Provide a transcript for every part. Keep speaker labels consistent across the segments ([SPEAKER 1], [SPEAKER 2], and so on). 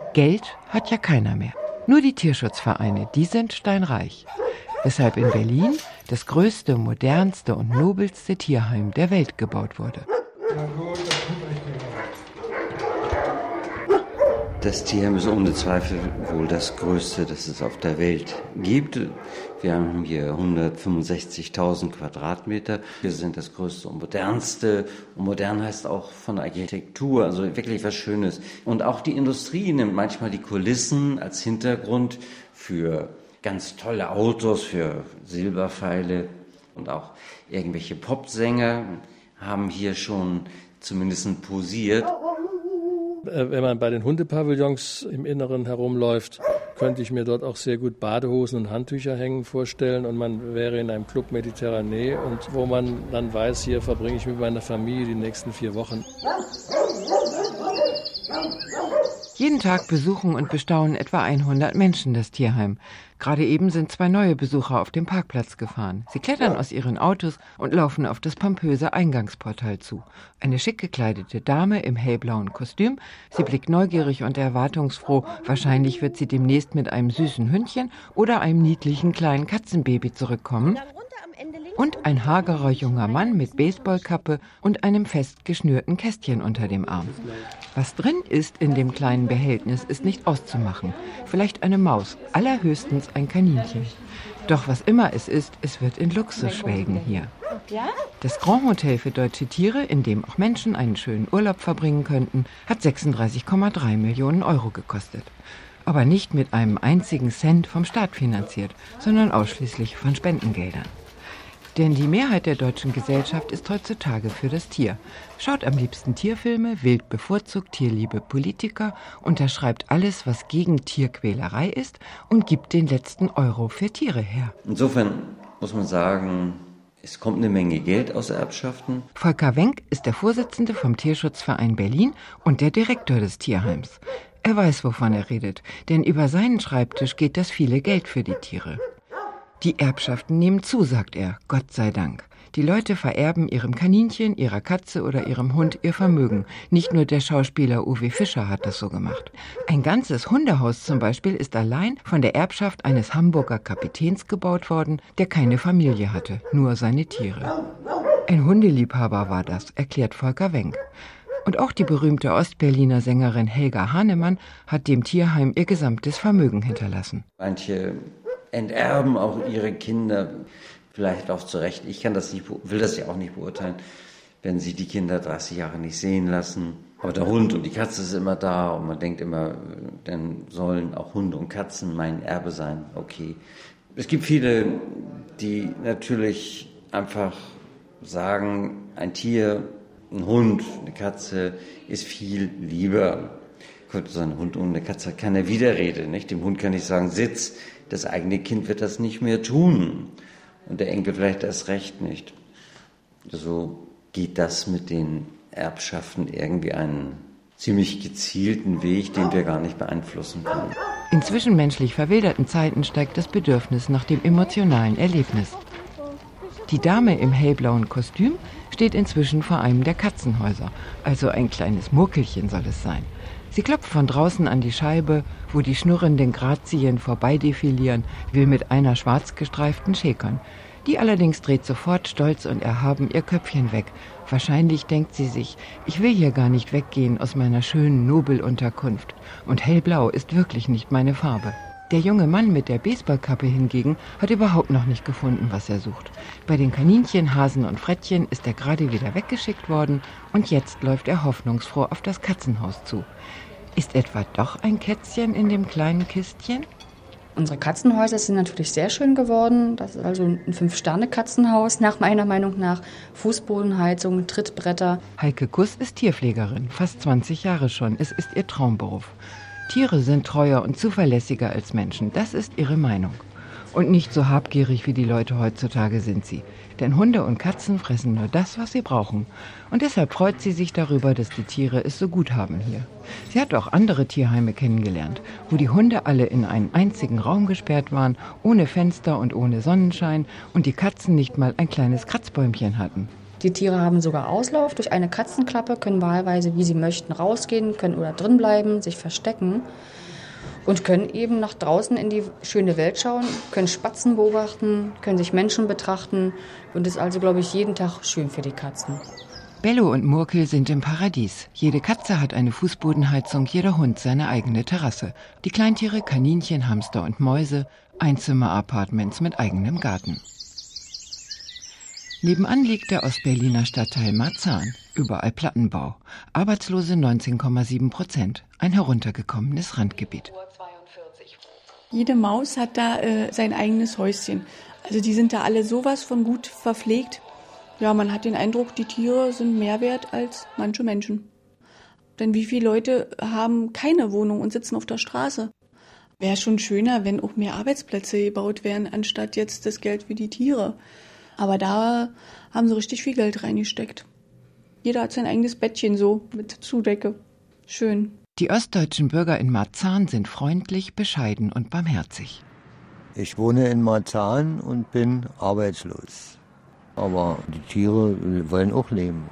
[SPEAKER 1] Geld hat ja keiner mehr. Nur die Tierschutzvereine, die sind steinreich. Weshalb in Berlin das größte, modernste und nobelste Tierheim der Welt gebaut wurde.
[SPEAKER 2] Das Tierheim ist ohne Zweifel wohl das größte, das es auf der Welt gibt. Wir haben hier 165.000 Quadratmeter. Wir sind das größte und modernste. Und modern heißt auch von der Architektur, also wirklich was Schönes. Und auch die Industrie nimmt manchmal die Kulissen als Hintergrund für ganz tolle Autos, für Silberpfeile. Und auch irgendwelche Popsänger haben hier schon zumindest posiert.
[SPEAKER 3] Wenn man bei den Hundepavillons im Inneren herumläuft, könnte ich mir dort auch sehr gut Badehosen und Handtücher hängen vorstellen und man wäre in einem Club Mediterranee und wo man dann weiß, hier verbringe ich mit meiner Familie die nächsten 4 Wochen.
[SPEAKER 1] Jeden Tag besuchen und bestaunen etwa 100 Menschen das Tierheim. Gerade eben sind 2 neue Besucher auf dem Parkplatz gefahren. Sie klettern aus ihren Autos und laufen auf das pompöse Eingangsportal zu. Eine schick gekleidete Dame im hellblauen Kostüm. Sie blickt neugierig und erwartungsfroh. Wahrscheinlich wird sie demnächst mit einem süßen Hündchen oder einem niedlichen kleinen Katzenbaby zurückkommen. Und ein hagerer junger Mann mit Baseballkappe und einem fest geschnürten Kästchen unter dem Arm. Was drin ist in dem kleinen Behältnis, ist nicht auszumachen. Vielleicht eine Maus, allerhöchstens ein Kaninchen. Doch was immer es ist, es wird in Luxus schwelgen hier. Das Grand Hotel für deutsche Tiere, in dem auch Menschen einen schönen Urlaub verbringen könnten, hat 36,3 Millionen Euro gekostet. Aber nicht mit einem einzigen Cent vom Staat finanziert, sondern ausschließlich von Spendengeldern. Denn die Mehrheit der deutschen Gesellschaft ist heutzutage für das Tier. Schaut am liebsten Tierfilme, wählt bevorzugt tierliebe Politiker, unterschreibt alles, was gegen Tierquälerei ist und gibt den letzten Euro für Tiere her.
[SPEAKER 2] Insofern muss man sagen, es kommt eine Menge Geld aus Erbschaften.
[SPEAKER 1] Volker Wenck ist der Vorsitzende vom Tierschutzverein Berlin und der Direktor des Tierheims. Er weiß, wovon er redet, denn über seinen Schreibtisch geht das viele Geld für die Tiere. Die Erbschaften nehmen zu, sagt er, Gott sei Dank. Die Leute vererben ihrem Kaninchen, ihrer Katze oder ihrem Hund ihr Vermögen. Nicht nur der Schauspieler Uwe Fischer hat das so gemacht. Ein ganzes Hundehaus zum Beispiel ist allein von der Erbschaft eines Hamburger Kapitäns gebaut worden, der keine Familie hatte, nur seine Tiere. Ein Hundeliebhaber war das, erklärt Volker Wenck. Und auch die berühmte Ostberliner Sängerin Helga Hahnemann hat dem Tierheim ihr gesamtes Vermögen hinterlassen.
[SPEAKER 2] Manche enterben auch ihre Kinder, vielleicht auch zu Recht. Ich will das ja auch nicht beurteilen, wenn sie die Kinder 30 Jahre nicht sehen lassen. Aber der Hund und die Katze ist immer da und man denkt immer, dann sollen auch Hunde und Katzen mein Erbe sein. Okay. Es gibt viele, die natürlich einfach sagen, ein Tier, ein Hund, eine Katze ist viel lieber. So ein Hund und eine Katze hat keine Widerrede, nicht? Dem Hund kann ich sagen, sitz. Das eigene Kind wird das nicht mehr tun. Und der Enkel vielleicht erst recht nicht. So geht das mit den Erbschaften irgendwie einen ziemlich gezielten Weg, den wir gar nicht beeinflussen können.
[SPEAKER 1] In zwischenmenschlich verwilderten Zeiten steigt das Bedürfnis nach dem emotionalen Erlebnis. Die Dame im hellblauen Kostüm steht inzwischen vor einem der Katzenhäuser. Also ein kleines Murkelchen soll es sein. Sie klopft von draußen an die Scheibe, wo die schnurrenden Grazien vorbeidefilieren, will mit einer schwarz gestreiften schäkern. Die allerdings dreht sofort stolz und erhaben ihr Köpfchen weg. Wahrscheinlich denkt sie sich, ich will hier gar nicht weggehen aus meiner schönen Nobelunterkunft. Und hellblau ist wirklich nicht meine Farbe. Der junge Mann mit der Baseballkappe hingegen hat überhaupt noch nicht gefunden, was er sucht. Bei den Kaninchen, Hasen und Frettchen ist er gerade wieder weggeschickt worden und jetzt läuft er hoffnungsfroh auf das Katzenhaus zu. Ist etwa doch ein Kätzchen in dem kleinen Kistchen?
[SPEAKER 4] Unsere Katzenhäuser sind natürlich sehr schön geworden. Das ist also ein 5-Sterne-Katzenhaus, nach meiner Meinung nach. Fußbodenheizung, Trittbretter.
[SPEAKER 1] Heike Kuss ist Tierpflegerin, fast 20 Jahre schon. Es ist ihr Traumberuf. Tiere sind treuer und zuverlässiger als Menschen, das ist ihre Meinung. Und nicht so habgierig wie die Leute heutzutage sind sie. Denn Hunde und Katzen fressen nur das, was sie brauchen. Und deshalb freut sie sich darüber, dass die Tiere es so gut haben hier. Sie hat auch andere Tierheime kennengelernt, wo die Hunde alle in einen einzigen Raum gesperrt waren, ohne Fenster und ohne Sonnenschein und die Katzen nicht mal ein kleines Kratzbäumchen hatten.
[SPEAKER 4] Die Tiere haben sogar Auslauf durch eine Katzenklappe, können wahlweise, wie sie möchten, rausgehen, können oder drin bleiben, sich verstecken und können eben nach draußen in die schöne Welt schauen, können Spatzen beobachten, können sich Menschen betrachten und ist also, glaube ich, jeden Tag schön für die Katzen.
[SPEAKER 1] Bello und Murkel sind im Paradies. Jede Katze hat eine Fußbodenheizung, jeder Hund seine eigene Terrasse. Die Kleintiere, Kaninchen, Hamster und Mäuse, Einzimmer-Appartements mit eigenem Garten. Nebenan liegt der Ostberliner Stadtteil Marzahn. Überall Plattenbau. Arbeitslose 19,7%. Ein heruntergekommenes Randgebiet.
[SPEAKER 5] Jede Maus hat da sein eigenes Häuschen. Also die sind da alle sowas von gut verpflegt. Ja, man hat den Eindruck, die Tiere sind mehr wert als manche Menschen. Denn wie viele Leute haben keine Wohnung und sitzen auf der Straße? Wäre schon schöner, wenn auch mehr Arbeitsplätze gebaut wären, anstatt jetzt das Geld für die Tiere. Aber da haben sie richtig viel Geld reingesteckt. Jeder hat sein eigenes Bettchen so mit Zudecke. Schön.
[SPEAKER 1] Die ostdeutschen Bürger in Marzahn sind freundlich, bescheiden und barmherzig.
[SPEAKER 6] Ich wohne in Marzahn und bin arbeitslos. Aber die Tiere wollen auch leben.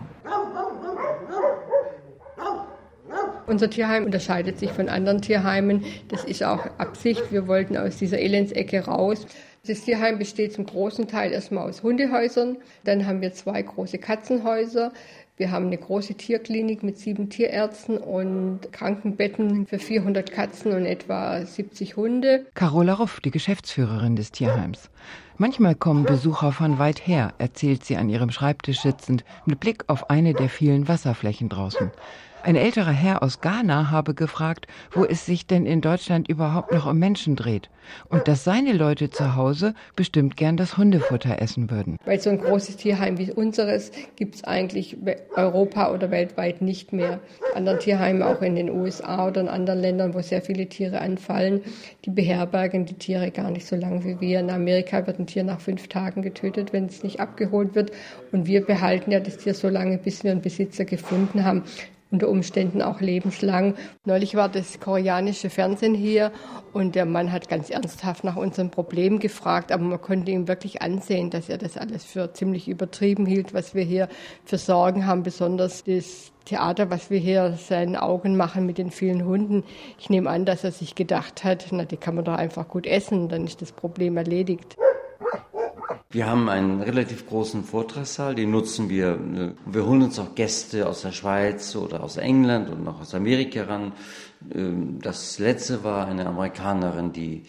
[SPEAKER 7] Unser Tierheim unterscheidet sich von anderen Tierheimen. Das ist auch Absicht. Wir wollten aus dieser Elendsecke raus. Das Tierheim besteht zum großen Teil erstmal aus Hundehäusern. Dann haben wir 2 große Katzenhäuser. Wir haben eine große Tierklinik mit 7 Tierärzten und Krankenbetten für 400 Katzen und etwa 70 Hunde.
[SPEAKER 1] Carola Ruff, die Geschäftsführerin des Tierheims. Manchmal kommen Besucher von weit her, erzählt sie an ihrem Schreibtisch sitzend, mit Blick auf eine der vielen Wasserflächen draußen. Ein älterer Herr aus Ghana habe gefragt, wo es sich denn in Deutschland überhaupt noch um Menschen dreht und dass seine Leute zu Hause bestimmt gern das Hundefutter essen würden.
[SPEAKER 7] Weil so ein großes Tierheim wie unseres gibt es eigentlich Europa oder weltweit nicht mehr. Andere Tierheime auch in den USA oder in anderen Ländern, wo sehr viele Tiere anfallen, die beherbergen die Tiere gar nicht so lange wie wir. In Amerika wird ein Tier nach 5 Tagen getötet, wenn es nicht abgeholt wird. Und wir behalten ja das Tier so lange, bis wir einen Besitzer gefunden haben. Unter Umständen auch lebenslang. Neulich war das koreanische Fernsehen hier und der Mann hat ganz ernsthaft nach unserem Problem gefragt, aber man konnte ihm wirklich ansehen, dass er das alles für ziemlich übertrieben hielt, was wir hier für Sorgen haben, besonders das Theater, was wir hier seinen Augen machen mit den vielen Hunden. Ich nehme an, dass er sich gedacht hat, na, die kann man doch einfach gut essen, dann ist das Problem erledigt.
[SPEAKER 2] Wir haben einen relativ großen Vortragssaal, den nutzen wir. Wir holen uns auch Gäste aus der Schweiz oder aus England und noch aus Amerika ran. Das letzte war eine Amerikanerin, die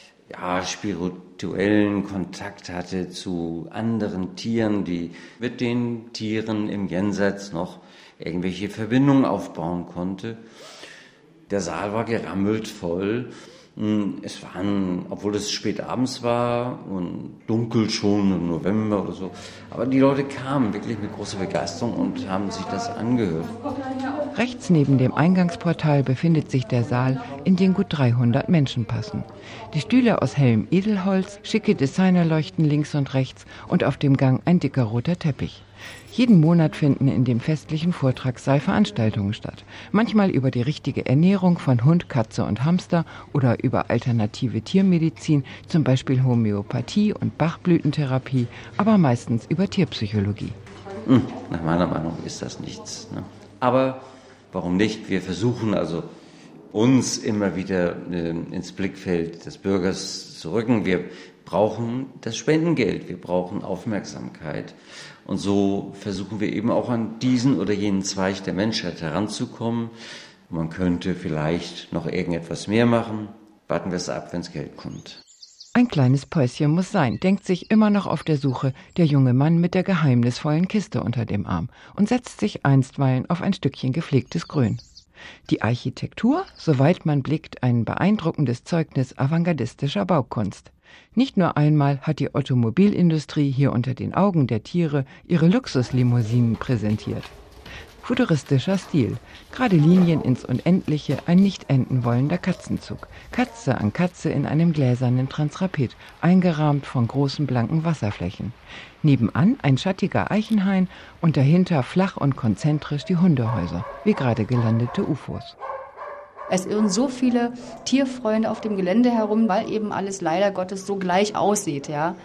[SPEAKER 2] spirituellen Kontakt hatte zu anderen Tieren, die mit den Tieren im Jenseits noch irgendwelche Verbindungen aufbauen konnte. Der Saal war gerammelt voll. Es waren, obwohl es spät abends war und dunkel schon im November oder so, aber die Leute kamen wirklich mit großer Begeisterung und haben sich das angehört.
[SPEAKER 1] Rechts neben dem Eingangsportal befindet sich der Saal, in den gut 300 Menschen passen. Die Stühle aus hellem Edelholz, schicke Designerleuchten links und rechts und auf dem Gang ein dicker roter Teppich. Jeden Monat finden in dem festlichen Vortragssaal Veranstaltungen statt. Manchmal über die richtige Ernährung von Hund, Katze und Hamster oder über alternative Tiermedizin, zum Beispiel Homöopathie und Bachblütentherapie, aber meistens über Tierpsychologie.
[SPEAKER 2] Nach meiner Meinung ist das nichts. Ne? Aber warum nicht? Wir versuchen also uns immer wieder ins Blickfeld des Bürgers zu rücken. Wir brauchen das Spendengeld, wir brauchen Aufmerksamkeit. Und so versuchen wir eben auch an diesen oder jenen Zweig der Menschheit heranzukommen. Man könnte vielleicht noch irgendetwas mehr machen. Warten wir es ab, wenn das Geld kommt.
[SPEAKER 1] Ein kleines Päuschen muss sein, denkt sich immer noch auf der Suche der junge Mann mit der geheimnisvollen Kiste unter dem Arm und setzt sich einstweilen auf ein Stückchen gepflegtes Grün. Die Architektur, soweit man blickt, ein beeindruckendes Zeugnis avantgardistischer Baukunst. Nicht nur einmal hat die Automobilindustrie hier unter den Augen der Tiere ihre Luxuslimousinen präsentiert. Futuristischer Stil, gerade Linien ins Unendliche, ein nicht enden wollender Katzenzug. Katze an Katze in einem gläsernen Transrapid, eingerahmt von großen blanken Wasserflächen. Nebenan ein schattiger Eichenhain und dahinter flach und konzentrisch die Hundehäuser, wie gerade gelandete UFOs.
[SPEAKER 4] Es irren so viele Tierfreunde auf dem Gelände herum, weil eben alles leider Gottes so gleich aussieht, ja.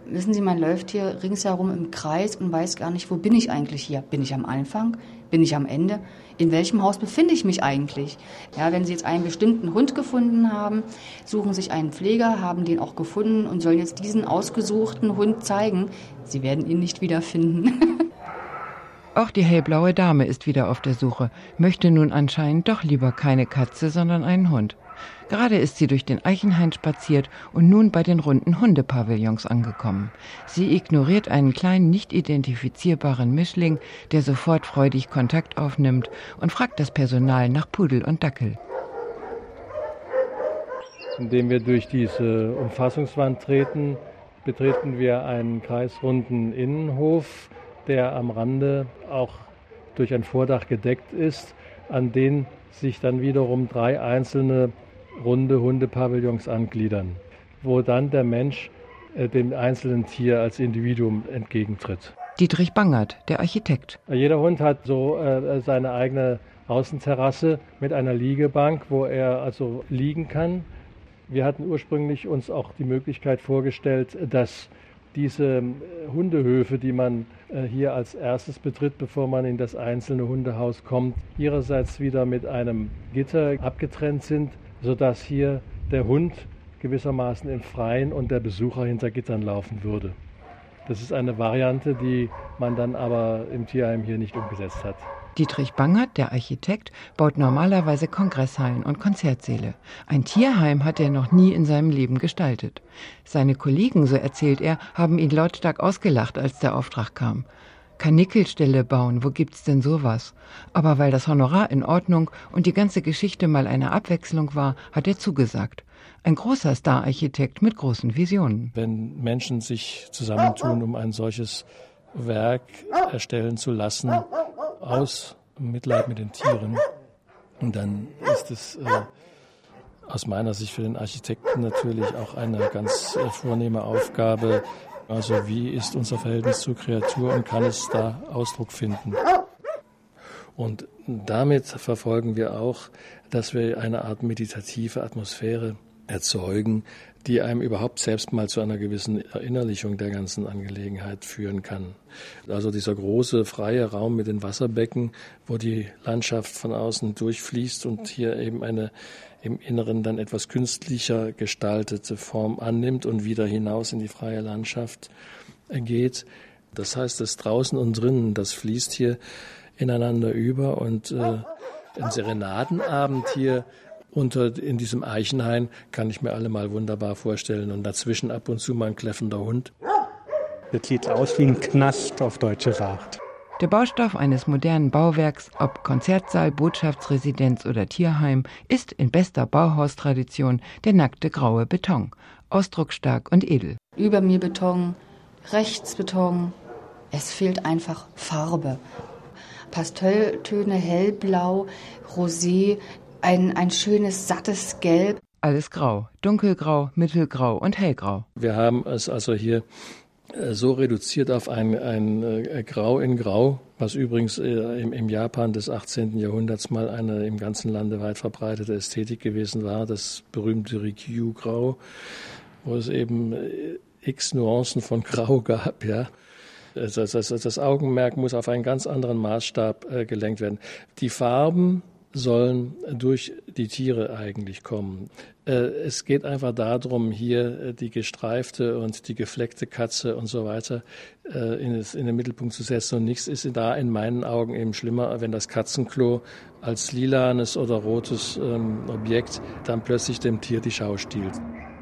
[SPEAKER 4] Wissen Sie, man läuft hier ringsherum im Kreis und weiß gar nicht, wo bin ich eigentlich hier? Bin ich am Anfang? Bin ich am Ende? In welchem Haus befinde ich mich eigentlich? Ja, wenn Sie jetzt einen bestimmten Hund gefunden haben, suchen sich einen Pfleger, haben den auch gefunden und sollen jetzt diesen ausgesuchten Hund zeigen. Sie werden ihn nicht wiederfinden.
[SPEAKER 1] Auch die hellblaue Dame ist wieder auf der Suche, möchte nun anscheinend doch lieber keine Katze, sondern einen Hund. Gerade ist sie durch den Eichenhain spaziert und nun bei den runden Hundepavillons angekommen. Sie ignoriert einen kleinen, nicht identifizierbaren Mischling, der sofort freudig Kontakt aufnimmt und fragt das Personal nach Pudel und Dackel.
[SPEAKER 3] Indem wir durch diese Umfassungswand treten, betreten wir einen kreisrunden Innenhof, der am Rande auch durch ein Vordach gedeckt ist, an den sich dann wiederum 3 einzelne runde Hundepavillons angliedern, wo dann der Mensch dem einzelnen Tier als Individuum entgegentritt.
[SPEAKER 1] Dietrich Bangert, der Architekt.
[SPEAKER 3] Jeder Hund hat so seine eigene Außenterrasse mit einer Liegebank, wo er also liegen kann. Wir hatten ursprünglich uns auch die Möglichkeit vorgestellt, dass diese Hundehöfe, die man hier als erstes betritt, bevor man in das einzelne Hundehaus kommt, ihrerseits wieder mit einem Gitter abgetrennt sind, sodass hier der Hund gewissermaßen im Freien und der Besucher hinter Gittern laufen würde. Das ist eine Variante, die man dann aber im Tierheim hier nicht umgesetzt hat.
[SPEAKER 1] Dietrich Bangert, der Architekt, baut normalerweise Kongresshallen und Konzertsäle. Ein Tierheim hat er noch nie in seinem Leben gestaltet. Seine Kollegen, so erzählt er, haben ihn lautstark ausgelacht, als der Auftrag kam. Karnickelställe bauen, wo gibt's denn sowas? Aber weil das Honorar in Ordnung und die ganze Geschichte mal eine Abwechslung war, hat er zugesagt. Ein großer Star-Architekt mit großen Visionen.
[SPEAKER 3] Wenn Menschen sich zusammentun, um ein solches Werk erstellen zu lassen, aus Mitleid mit den Tieren, dann ist es aus meiner Sicht für den Architekten natürlich auch eine ganz vornehme Aufgabe. Also wie ist unser Verhältnis zur Kreatur und kann es da Ausdruck finden? Und damit verfolgen wir auch, dass wir eine Art meditative Atmosphäre erzeugen, die einem überhaupt selbst mal zu einer gewissen Erinnerlichung der ganzen Angelegenheit führen kann. Also dieser große freie Raum mit den Wasserbecken, wo die Landschaft von außen durchfließt und hier eben eine im Inneren dann etwas künstlicher gestaltete Form annimmt und wieder hinaus in die freie Landschaft geht. Das heißt, das Draußen und Drinnen, das fließt hier ineinander über und ein Serenadenabend hier in diesem Eichenhain kann ich mir alle mal wunderbar vorstellen und dazwischen ab und zu mal ein kläffender Hund.
[SPEAKER 8] Das sieht aus wie ein Knast, auf Deutsch gesagt.
[SPEAKER 1] Der Baustoff eines modernen Bauwerks, ob Konzertsaal, Botschaftsresidenz oder Tierheim, ist in bester Bauhaustradition der nackte graue Beton, ausdrucksstark und edel.
[SPEAKER 4] Über mir Beton, rechts Beton. Es fehlt einfach Farbe. Pastelltöne, hellblau, rosé, ein schönes, sattes Gelb.
[SPEAKER 1] Alles grau, dunkelgrau, mittelgrau und hellgrau.
[SPEAKER 3] Wir haben es also hier so reduziert auf ein Grau in Grau, was übrigens im Japan des 18. Jahrhunderts mal eine im ganzen Lande weit verbreitete Ästhetik gewesen war, das berühmte Rikyū-Grau, wo es eben x Nuancen von Grau gab, ja. Das Augenmerk muss auf einen ganz anderen Maßstab gelenkt werden. Die Farben sollen durch die Tiere eigentlich kommen. Es geht einfach darum, hier die gestreifte und die gefleckte Katze und so weiter in den Mittelpunkt zu setzen. Und nichts ist da in meinen Augen eben schlimmer, wenn das Katzenklo als lilanes oder rotes Objekt dann plötzlich dem Tier die Schau stiehlt.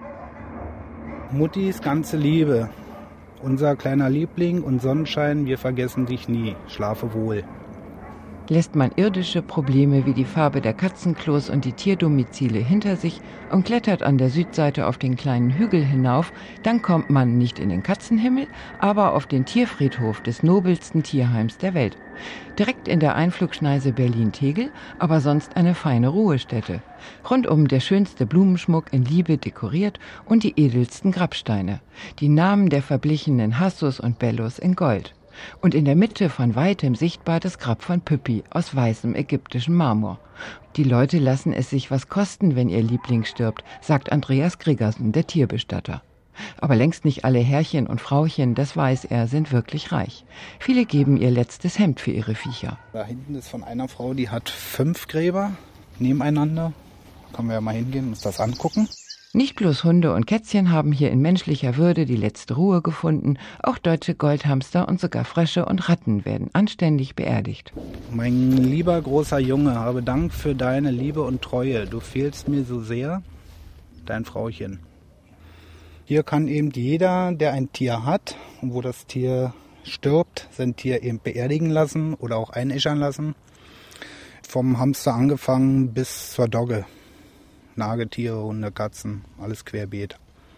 [SPEAKER 8] Muttis ganze Liebe, unser kleiner Liebling und Sonnenschein, wir vergessen dich nie. Schlafe wohl.
[SPEAKER 1] Lässt man irdische Probleme wie die Farbe der Katzenklos und die Tierdomizile hinter sich und klettert an der Südseite auf den kleinen Hügel hinauf, dann kommt man nicht in den Katzenhimmel, aber auf den Tierfriedhof des nobelsten Tierheims der Welt. Direkt in der Einflugschneise Berlin-Tegel, aber sonst eine feine Ruhestätte. Rundum der schönste Blumenschmuck in Liebe dekoriert und die edelsten Grabsteine. Die Namen der verblichenen Hassus und Bellos in Gold. Und in der Mitte von weitem sichtbar das Grab von Püppi aus weißem ägyptischem Marmor. Die Leute lassen es sich was kosten, wenn ihr Liebling stirbt, sagt Andreas Gregersen, der Tierbestatter. Aber längst nicht alle Herrchen und Frauchen, das weiß er, sind wirklich reich. Viele geben ihr letztes Hemd für ihre Viecher.
[SPEAKER 8] Da hinten ist von einer Frau, die hat 5 Gräber nebeneinander. Da können wir ja mal hingehen und uns das angucken.
[SPEAKER 1] Nicht bloß Hunde und Kätzchen haben hier in menschlicher Würde die letzte Ruhe gefunden, auch deutsche Goldhamster und sogar Frösche und Ratten werden anständig beerdigt.
[SPEAKER 8] Mein lieber großer Junge, habe Dank für deine Liebe und Treue. Du fehlst mir so sehr, dein Frauchen. Hier kann eben jeder, der ein Tier hat und wo das Tier stirbt, sein Tier eben beerdigen lassen oder auch einäschern lassen. Vom Hamster angefangen bis zur Dogge. Nagetiere, Hunde, Katzen, alles querbeet.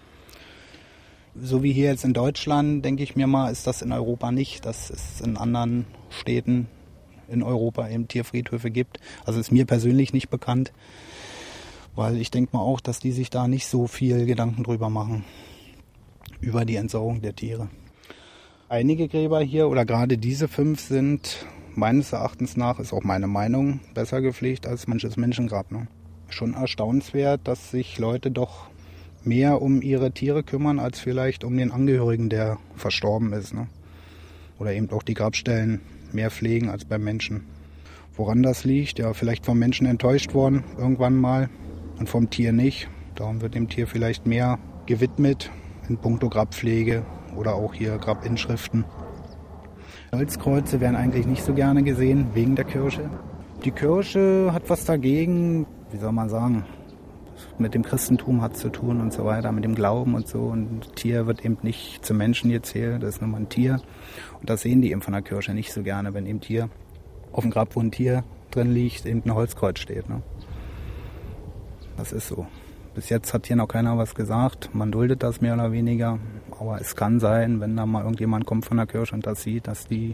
[SPEAKER 8] So wie hier jetzt in Deutschland, denke ich mir mal, ist das in Europa nicht. Dass es in anderen Städten in Europa eben Tierfriedhöfe gibt. Also ist mir persönlich nicht bekannt, weil ich denke mal auch, dass die sich da nicht so viel Gedanken drüber machen, über die Entsorgung der Tiere. Einige Gräber hier oder gerade diese 5 sind meines Erachtens nach, ist auch meine Meinung, besser gepflegt als manches Menschengrab. Ne? Schon erstaunenswert, dass sich Leute doch mehr um ihre Tiere kümmern, als vielleicht um den Angehörigen, der verstorben ist. Ne? Oder eben auch die Grabstellen mehr pflegen als beim Menschen. Woran das liegt? Ja, vielleicht vom Menschen enttäuscht worden irgendwann mal und vom Tier nicht. Darum wird dem Tier vielleicht mehr gewidmet in puncto Grabpflege oder auch hier Grabinschriften. Holzkreuze werden eigentlich nicht so gerne gesehen, wegen der Kirche. Die Kirche hat was dagegen, wie soll man sagen, mit dem Christentum hat es zu tun und so weiter, mit dem Glauben und so. Und Tier wird eben nicht zum Menschen gezählt, das ist nur mal ein Tier. Und das sehen die eben von der Kirche nicht so gerne, wenn eben Tier auf dem Grab, wo ein Tier drin liegt, eben ein Holzkreuz steht. Ne? Das ist so. Bis jetzt hat hier noch keiner was gesagt. Man duldet das mehr oder weniger. Aber es kann sein, wenn da mal irgendjemand kommt von der Kirche und das sieht, dass die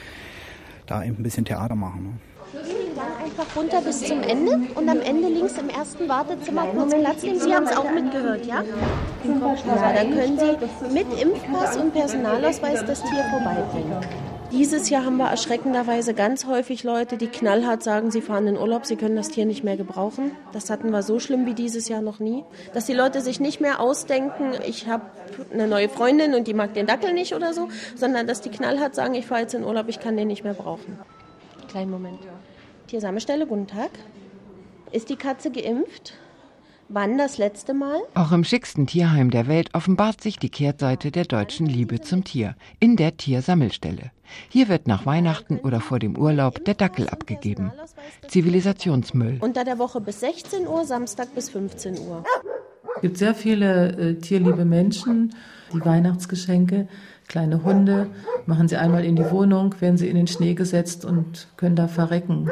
[SPEAKER 8] da eben ein bisschen Theater machen. Ne?
[SPEAKER 9] Dann einfach runter bis zum Ende und am Ende links im ersten Wartezimmer kurz Platz nehmen. Sie haben es auch mitgehört, ja? Ja, dann können Sie mit Impfpass und Personalausweis das Tier vorbeibringen. Dieses Jahr haben wir erschreckenderweise ganz häufig Leute, die knallhart sagen, sie fahren in Urlaub, sie können das Tier nicht mehr gebrauchen. Das hatten wir so schlimm wie dieses Jahr noch nie. Dass die Leute sich nicht mehr ausdenken, ich habe eine neue Freundin und die mag den Dackel nicht oder so, sondern dass die knallhart sagen, ich fahre jetzt in Urlaub, ich kann den nicht mehr brauchen. Kleinen Moment. Tiersammelstelle, guten Tag. Ist die Katze geimpft? Wann das letzte Mal?
[SPEAKER 1] Auch im schicksten Tierheim der Welt offenbart sich die Kehrseite der deutschen Liebe zum Tier, in der Tiersammelstelle. Hier wird nach Weihnachten oder vor dem Urlaub der Dackel abgegeben. Zivilisationsmüll.
[SPEAKER 9] Unter der Woche bis 16 Uhr, Samstag bis 15 Uhr.
[SPEAKER 10] Es gibt sehr viele tierliebe Menschen, die Weihnachtsgeschenke, kleine Hunde, machen sie einmal in die Wohnung, werden sie in den Schnee gesetzt und können da verrecken.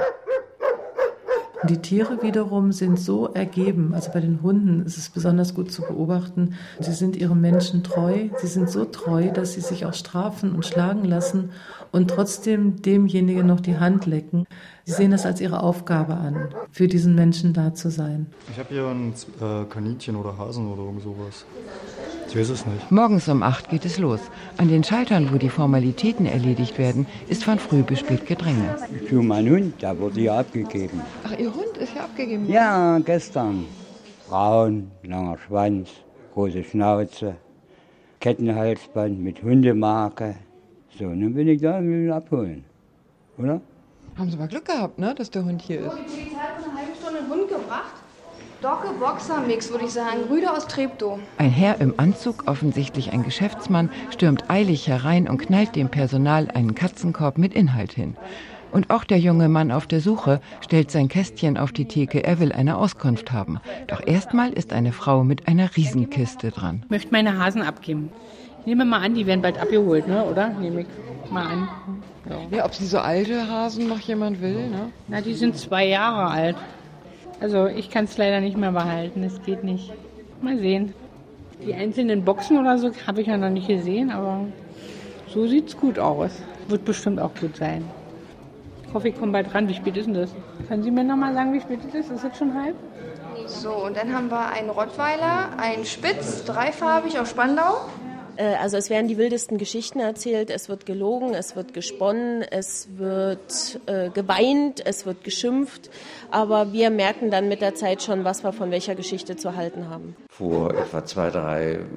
[SPEAKER 10] Die Tiere wiederum sind so ergeben, also bei den Hunden ist es besonders gut zu beobachten, sie sind ihren Menschen treu, sie sind so treu, dass sie sich auch strafen und schlagen lassen und trotzdem demjenigen noch die Hand lecken. Sie sehen das als ihre Aufgabe an, für diesen Menschen da zu sein.
[SPEAKER 11] Ich habe hier ein Kaninchen oder Hasen oder irgend sowas. Ich weiß es nicht.
[SPEAKER 1] Morgens um 8 geht es los. An den Schaltern, wo die Formalitäten erledigt werden, ist von früh bis spät Gedränge.
[SPEAKER 12] Für meinen Hund, der wurde ja abgegeben.
[SPEAKER 13] Ach, Ihr Hund ist ja abgegeben?
[SPEAKER 12] Ja, gestern. Braun, langer Schwanz, große Schnauze, Kettenhalsband mit Hundemarke. So, nun bin ich da und will ihn abholen. Oder?
[SPEAKER 13] Haben Sie mal Glück gehabt, ne, dass der Hund hier ist?
[SPEAKER 14] Die Polizei hat vor einer halben Stunde einen Hund gebracht. Dogge-Boxer-Mix, würde ich sagen. Rüde aus Treptow.
[SPEAKER 1] Ein Herr im Anzug, offensichtlich ein Geschäftsmann, stürmt eilig herein und knallt dem Personal einen Katzenkorb mit Inhalt hin. Und auch der junge Mann auf der Suche stellt sein Kästchen auf die Theke, er will eine Auskunft haben. Doch erstmal ist eine Frau mit einer Riesenkiste dran.
[SPEAKER 15] Ich möchte meine Hasen abgeben. Ich nehme mal an, die werden bald abgeholt, ne? Oder? Nehme ich mal an.
[SPEAKER 13] Ja, ob sie so alte Hasen noch jemand will, ne?
[SPEAKER 15] Na, die sind 2 Jahre alt. Also ich kann es leider nicht mehr behalten, es geht nicht. Mal sehen. Die einzelnen Boxen oder so habe ich ja noch nicht gesehen, aber so sieht es gut aus. Wird bestimmt auch gut sein. Ich hoffe, ich komme bald ran. Wie spät ist denn das? Können Sie mir noch mal sagen, wie spät es ist? Ist es schon halb?
[SPEAKER 14] So, und dann haben wir einen Rottweiler, einen Spitz, dreifarbig aus Spandau.
[SPEAKER 9] Also es werden die wildesten Geschichten erzählt, es wird gelogen, es wird gesponnen, es wird geweint, es wird geschimpft. Aber wir merken dann mit der Zeit schon, was wir von welcher Geschichte zu halten haben.
[SPEAKER 2] Vor etwa 2-3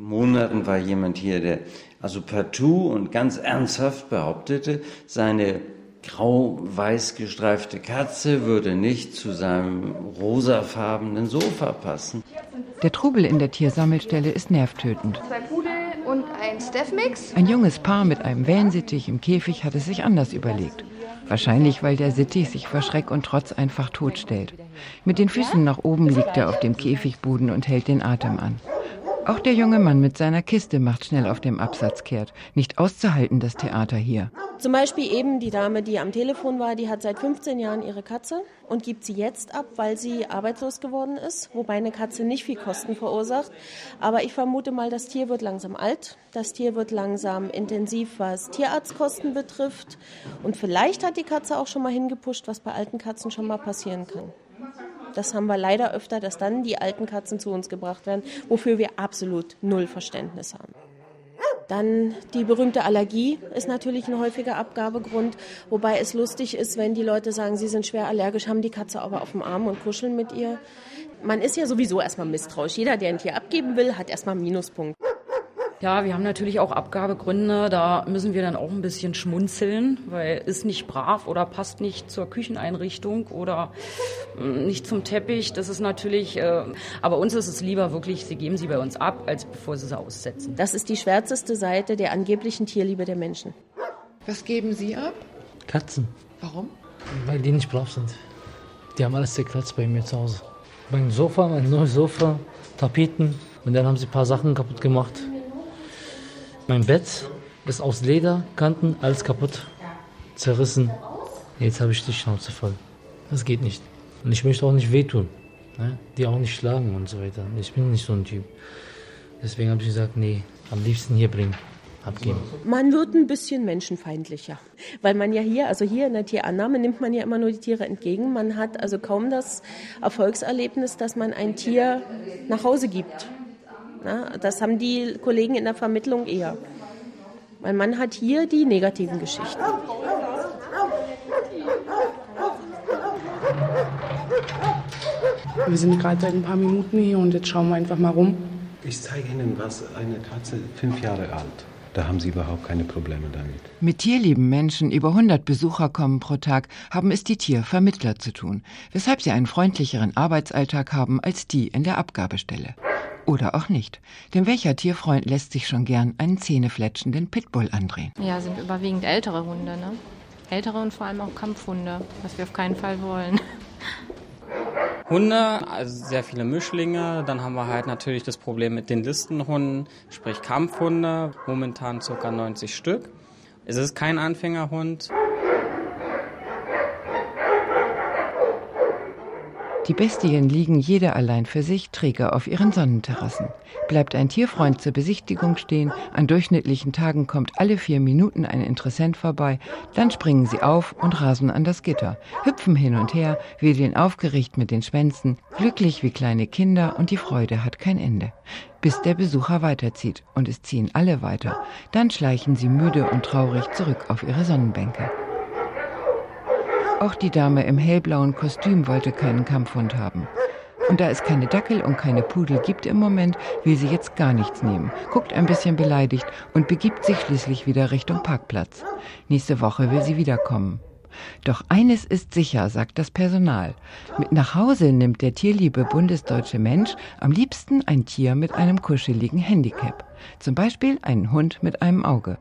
[SPEAKER 2] Monaten war jemand hier, der also partout und ganz ernsthaft behauptete, seine grau-weiß gestreifte Katze würde nicht zu seinem rosafarbenen Sofa passen.
[SPEAKER 1] Der Trubel in der Tiersammelstelle ist nervtötend.
[SPEAKER 14] 2 Pudel und ein Staff-Mix.
[SPEAKER 1] Ein junges Paar mit einem Wellensittich im Käfig hat es sich anders überlegt. Wahrscheinlich, weil der Sittich sich vor Schreck und Trotz einfach totstellt. Mit den Füßen nach oben liegt er auf dem Käfigboden und hält den Atem an. Auch der junge Mann mit seiner Kiste macht schnell auf dem Absatz kehrt. Nicht auszuhalten, das Theater hier.
[SPEAKER 9] Zum Beispiel eben die Dame, die am Telefon war, die hat seit 15 Jahren ihre Katze und gibt sie jetzt ab, weil sie arbeitslos geworden ist. Wobei eine Katze nicht viel Kosten verursacht. Aber ich vermute mal, das Tier wird langsam alt. Das Tier wird langsam intensiv, was Tierarztkosten betrifft. Und vielleicht hat die Katze auch schon mal hingepusht, was bei alten Katzen schon mal passieren kann. Das haben wir leider öfter, dass dann die alten Katzen zu uns gebracht werden, wofür wir absolut null Verständnis haben. Dann die berühmte Allergie ist natürlich ein häufiger Abgabegrund, wobei es lustig ist, wenn die Leute sagen, sie sind schwer allergisch, haben die Katze aber auf dem Arm und kuscheln mit ihr. Man ist ja sowieso erstmal misstrauisch. Jeder, der ein Tier abgeben will, hat erstmal einen Minuspunkt.
[SPEAKER 16] Ja, wir haben natürlich auch Abgabegründe, da müssen wir dann auch ein bisschen schmunzeln, weil ist nicht brav oder passt nicht zur Kücheneinrichtung oder nicht zum Teppich. Das ist natürlich, aber uns ist es lieber wirklich, sie geben sie bei uns ab, als bevor sie aussetzen.
[SPEAKER 9] Das ist die schwärzeste Seite der angeblichen Tierliebe der Menschen.
[SPEAKER 13] Was geben Sie ab?
[SPEAKER 17] Katzen.
[SPEAKER 13] Warum?
[SPEAKER 17] Weil die nicht brav sind. Die haben alles zerkratzt bei mir zu Hause. Mein neues Sofa, Tapeten und dann haben sie ein paar Sachen kaputt gemacht. Mein Bett ist aus Leder, Kanten, alles kaputt, zerrissen. Jetzt habe ich die Schnauze voll. Das geht nicht. Und ich möchte auch nicht wehtun, ne? Die auch nicht schlagen und so weiter. Ich bin nicht so ein Typ. Deswegen habe ich gesagt, nee, am liebsten hier bringen, abgeben.
[SPEAKER 9] Man wird ein bisschen menschenfeindlicher, weil man ja hier in der Tierannahme nimmt man ja immer nur die Tiere entgegen. Man hat also kaum das Erfolgserlebnis, dass man ein Tier nach Hause gibt. Na, das haben die Kollegen in der Vermittlung eher. Weil man hat hier die negativen Geschichten.
[SPEAKER 18] Wir sind gerade seit ein paar Minuten hier und jetzt schauen wir einfach mal rum.
[SPEAKER 19] Ich zeige Ihnen was, eine Katze 5 Jahre alt. Da haben Sie überhaupt keine Probleme damit.
[SPEAKER 1] Mit tierlieben Menschen, über 100 Besucher kommen pro Tag, haben es die Tiervermittler zu tun, weshalb sie einen freundlicheren Arbeitsalltag haben als die in der Abgabestelle. Oder auch nicht. Denn welcher Tierfreund lässt sich schon gern einen zähnefletschenden Pitbull andrehen?
[SPEAKER 20] Ja, sind überwiegend ältere Hunde, ne? Ältere und vor allem auch Kampfhunde, was wir auf keinen Fall wollen.
[SPEAKER 21] Hunde, also sehr viele Mischlinge. Dann haben wir halt natürlich das Problem mit den Listenhunden, sprich Kampfhunde, momentan ca. 90 Stück. Es ist kein Anfängerhund.
[SPEAKER 1] Die Bestien liegen jeder allein für sich träge auf ihren Sonnenterrassen. Bleibt ein Tierfreund zur Besichtigung stehen, an durchschnittlichen Tagen kommt alle 4 Minuten ein Interessent vorbei, dann springen sie auf und rasen an das Gitter, hüpfen hin und her, wedeln aufgeregt mit den Schwänzen, glücklich wie kleine Kinder und die Freude hat kein Ende. Bis der Besucher weiterzieht und es ziehen alle weiter, dann schleichen sie müde und traurig zurück auf ihre Sonnenbänke. Auch die Dame im hellblauen Kostüm wollte keinen Kampfhund haben. Und da es keine Dackel und keine Pudel gibt im Moment, will sie jetzt gar nichts nehmen, guckt ein bisschen beleidigt und begibt sich schließlich wieder Richtung Parkplatz. Nächste Woche will sie wiederkommen. Doch eines ist sicher, sagt das Personal. Mit nach Hause nimmt der tierliebe bundesdeutsche Mensch am liebsten ein Tier mit einem kuscheligen Handicap. Zum Beispiel einen Hund mit einem Auge.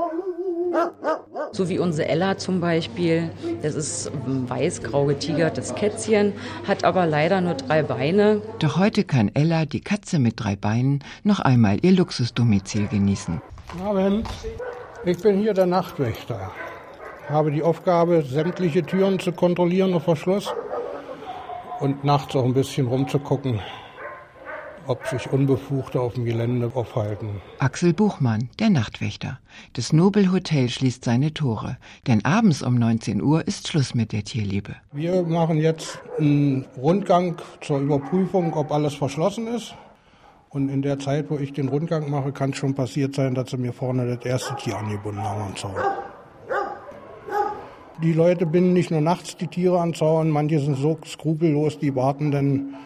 [SPEAKER 16] So wie unsere Ella zum Beispiel. Das ist ein weiß-grau getigertes Kätzchen, hat aber leider nur 3 Beine.
[SPEAKER 1] Doch heute kann Ella, die Katze mit 3 Beinen, noch einmal ihr Luxusdomizil genießen.
[SPEAKER 22] Guten Abend. Ich bin hier der Nachtwächter. Habe die Aufgabe, sämtliche Türen zu kontrollieren auf Verschluss und nachts auch ein bisschen rumzugucken, ob sich Unbefugte auf dem Gelände aufhalten.
[SPEAKER 1] Axel Buchmann, der Nachtwächter. Das Nobelhotel schließt seine Tore, denn abends um 19 Uhr ist Schluss mit der Tierliebe.
[SPEAKER 22] Wir machen jetzt einen Rundgang zur Überprüfung, ob alles verschlossen ist. Und in der Zeit, wo ich den Rundgang mache, kann es schon passiert sein, dass sie mir vorne das erste Tier angebunden haben am Zaun. Die Leute binden nicht nur nachts die Tiere an den Zaun, manche sind so skrupellos, die warten dann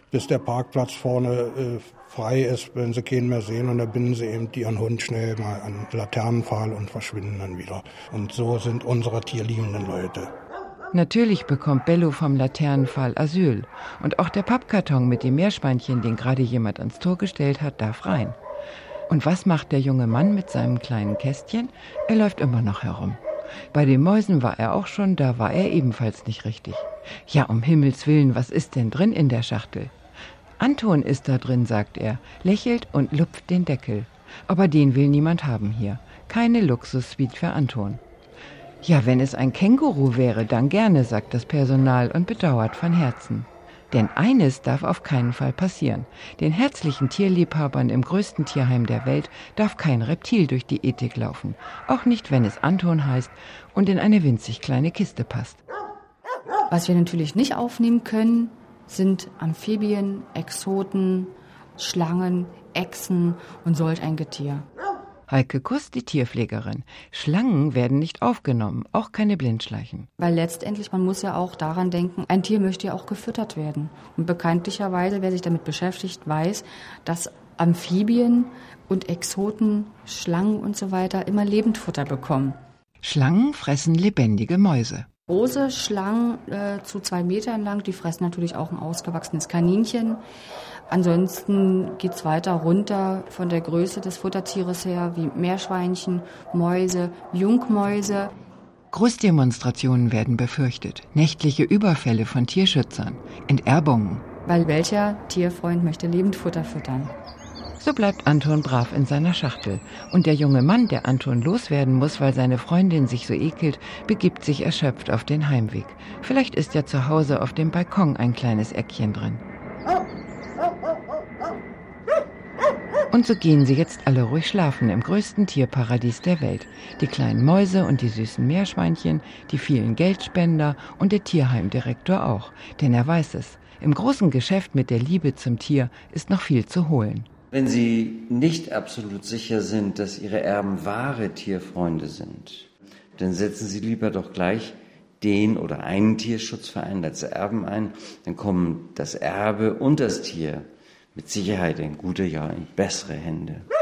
[SPEAKER 22] bis der Parkplatz vorne frei ist, wenn sie keinen mehr sehen. Und da binden sie eben ihren Hund schnell mal an den Laternenpfahl und verschwinden dann wieder. Und so sind unsere tierliebenden Leute.
[SPEAKER 1] Natürlich bekommt Bello vom Laternenpfahl Asyl. Und auch der Pappkarton mit dem Meerschweinchen, den gerade jemand ans Tor gestellt hat, darf rein. Und was macht der junge Mann mit seinem kleinen Kästchen? Er läuft immer noch herum. Bei den Mäusen war er auch schon, da war er ebenfalls nicht richtig. Ja, um Himmels Willen, was ist denn drin in der Schachtel? Anton ist da drin, sagt er, lächelt und lupft den Deckel. Aber den will niemand haben hier. Keine Luxussuite für Anton. Ja, wenn es ein Känguru wäre, dann gerne, sagt das Personal und bedauert von Herzen. Denn eines darf auf keinen Fall passieren. Den herzlichen Tierliebhabern im größten Tierheim der Welt darf kein Reptil durch die Ethik laufen. Auch nicht, wenn es Anton heißt und in eine winzig kleine Kiste passt.
[SPEAKER 4] Was wir natürlich nicht aufnehmen können, sind Amphibien, Exoten, Schlangen, Echsen und solch ein Getier.
[SPEAKER 1] Heike Kuss, die Tierpflegerin. Schlangen werden nicht aufgenommen, auch keine Blindschleichen.
[SPEAKER 4] Weil letztendlich, man muss ja auch daran denken, ein Tier möchte ja auch gefüttert werden. Und bekanntlicherweise, wer sich damit beschäftigt, weiß, dass Amphibien und Exoten, Schlangen und so weiter immer Lebendfutter bekommen.
[SPEAKER 1] Schlangen fressen lebendige Mäuse.
[SPEAKER 4] Große Schlangen zu 2 Metern lang, die fressen natürlich auch ein ausgewachsenes Kaninchen. Ansonsten geht es weiter runter von der Größe des Futtertieres her, wie Meerschweinchen, Mäuse, Jungmäuse.
[SPEAKER 1] Großdemonstrationen werden befürchtet, nächtliche Überfälle von Tierschützern, Enterbungen.
[SPEAKER 4] Weil welcher Tierfreund möchte Lebendfutter füttern?
[SPEAKER 1] So bleibt Anton brav in seiner Schachtel. Und der junge Mann, der Anton loswerden muss, weil seine Freundin sich so ekelt, begibt sich erschöpft auf den Heimweg. Vielleicht ist ja zu Hause auf dem Balkon ein kleines Eckchen drin. Und so gehen sie jetzt alle ruhig schlafen im größten Tierparadies der Welt. Die kleinen Mäuse und die süßen Meerschweinchen, die vielen Geldspender und der Tierheimdirektor auch. Denn er weiß es, im großen Geschäft mit der Liebe zum Tier ist noch viel zu holen.
[SPEAKER 2] Wenn Sie nicht absolut sicher sind, dass Ihre Erben wahre Tierfreunde sind, dann setzen Sie lieber doch gleich den oder einen Tierschutzverein als Erben ein. Dann kommen das Erbe und das Tier mit Sicherheit in guter Jahr in bessere Hände.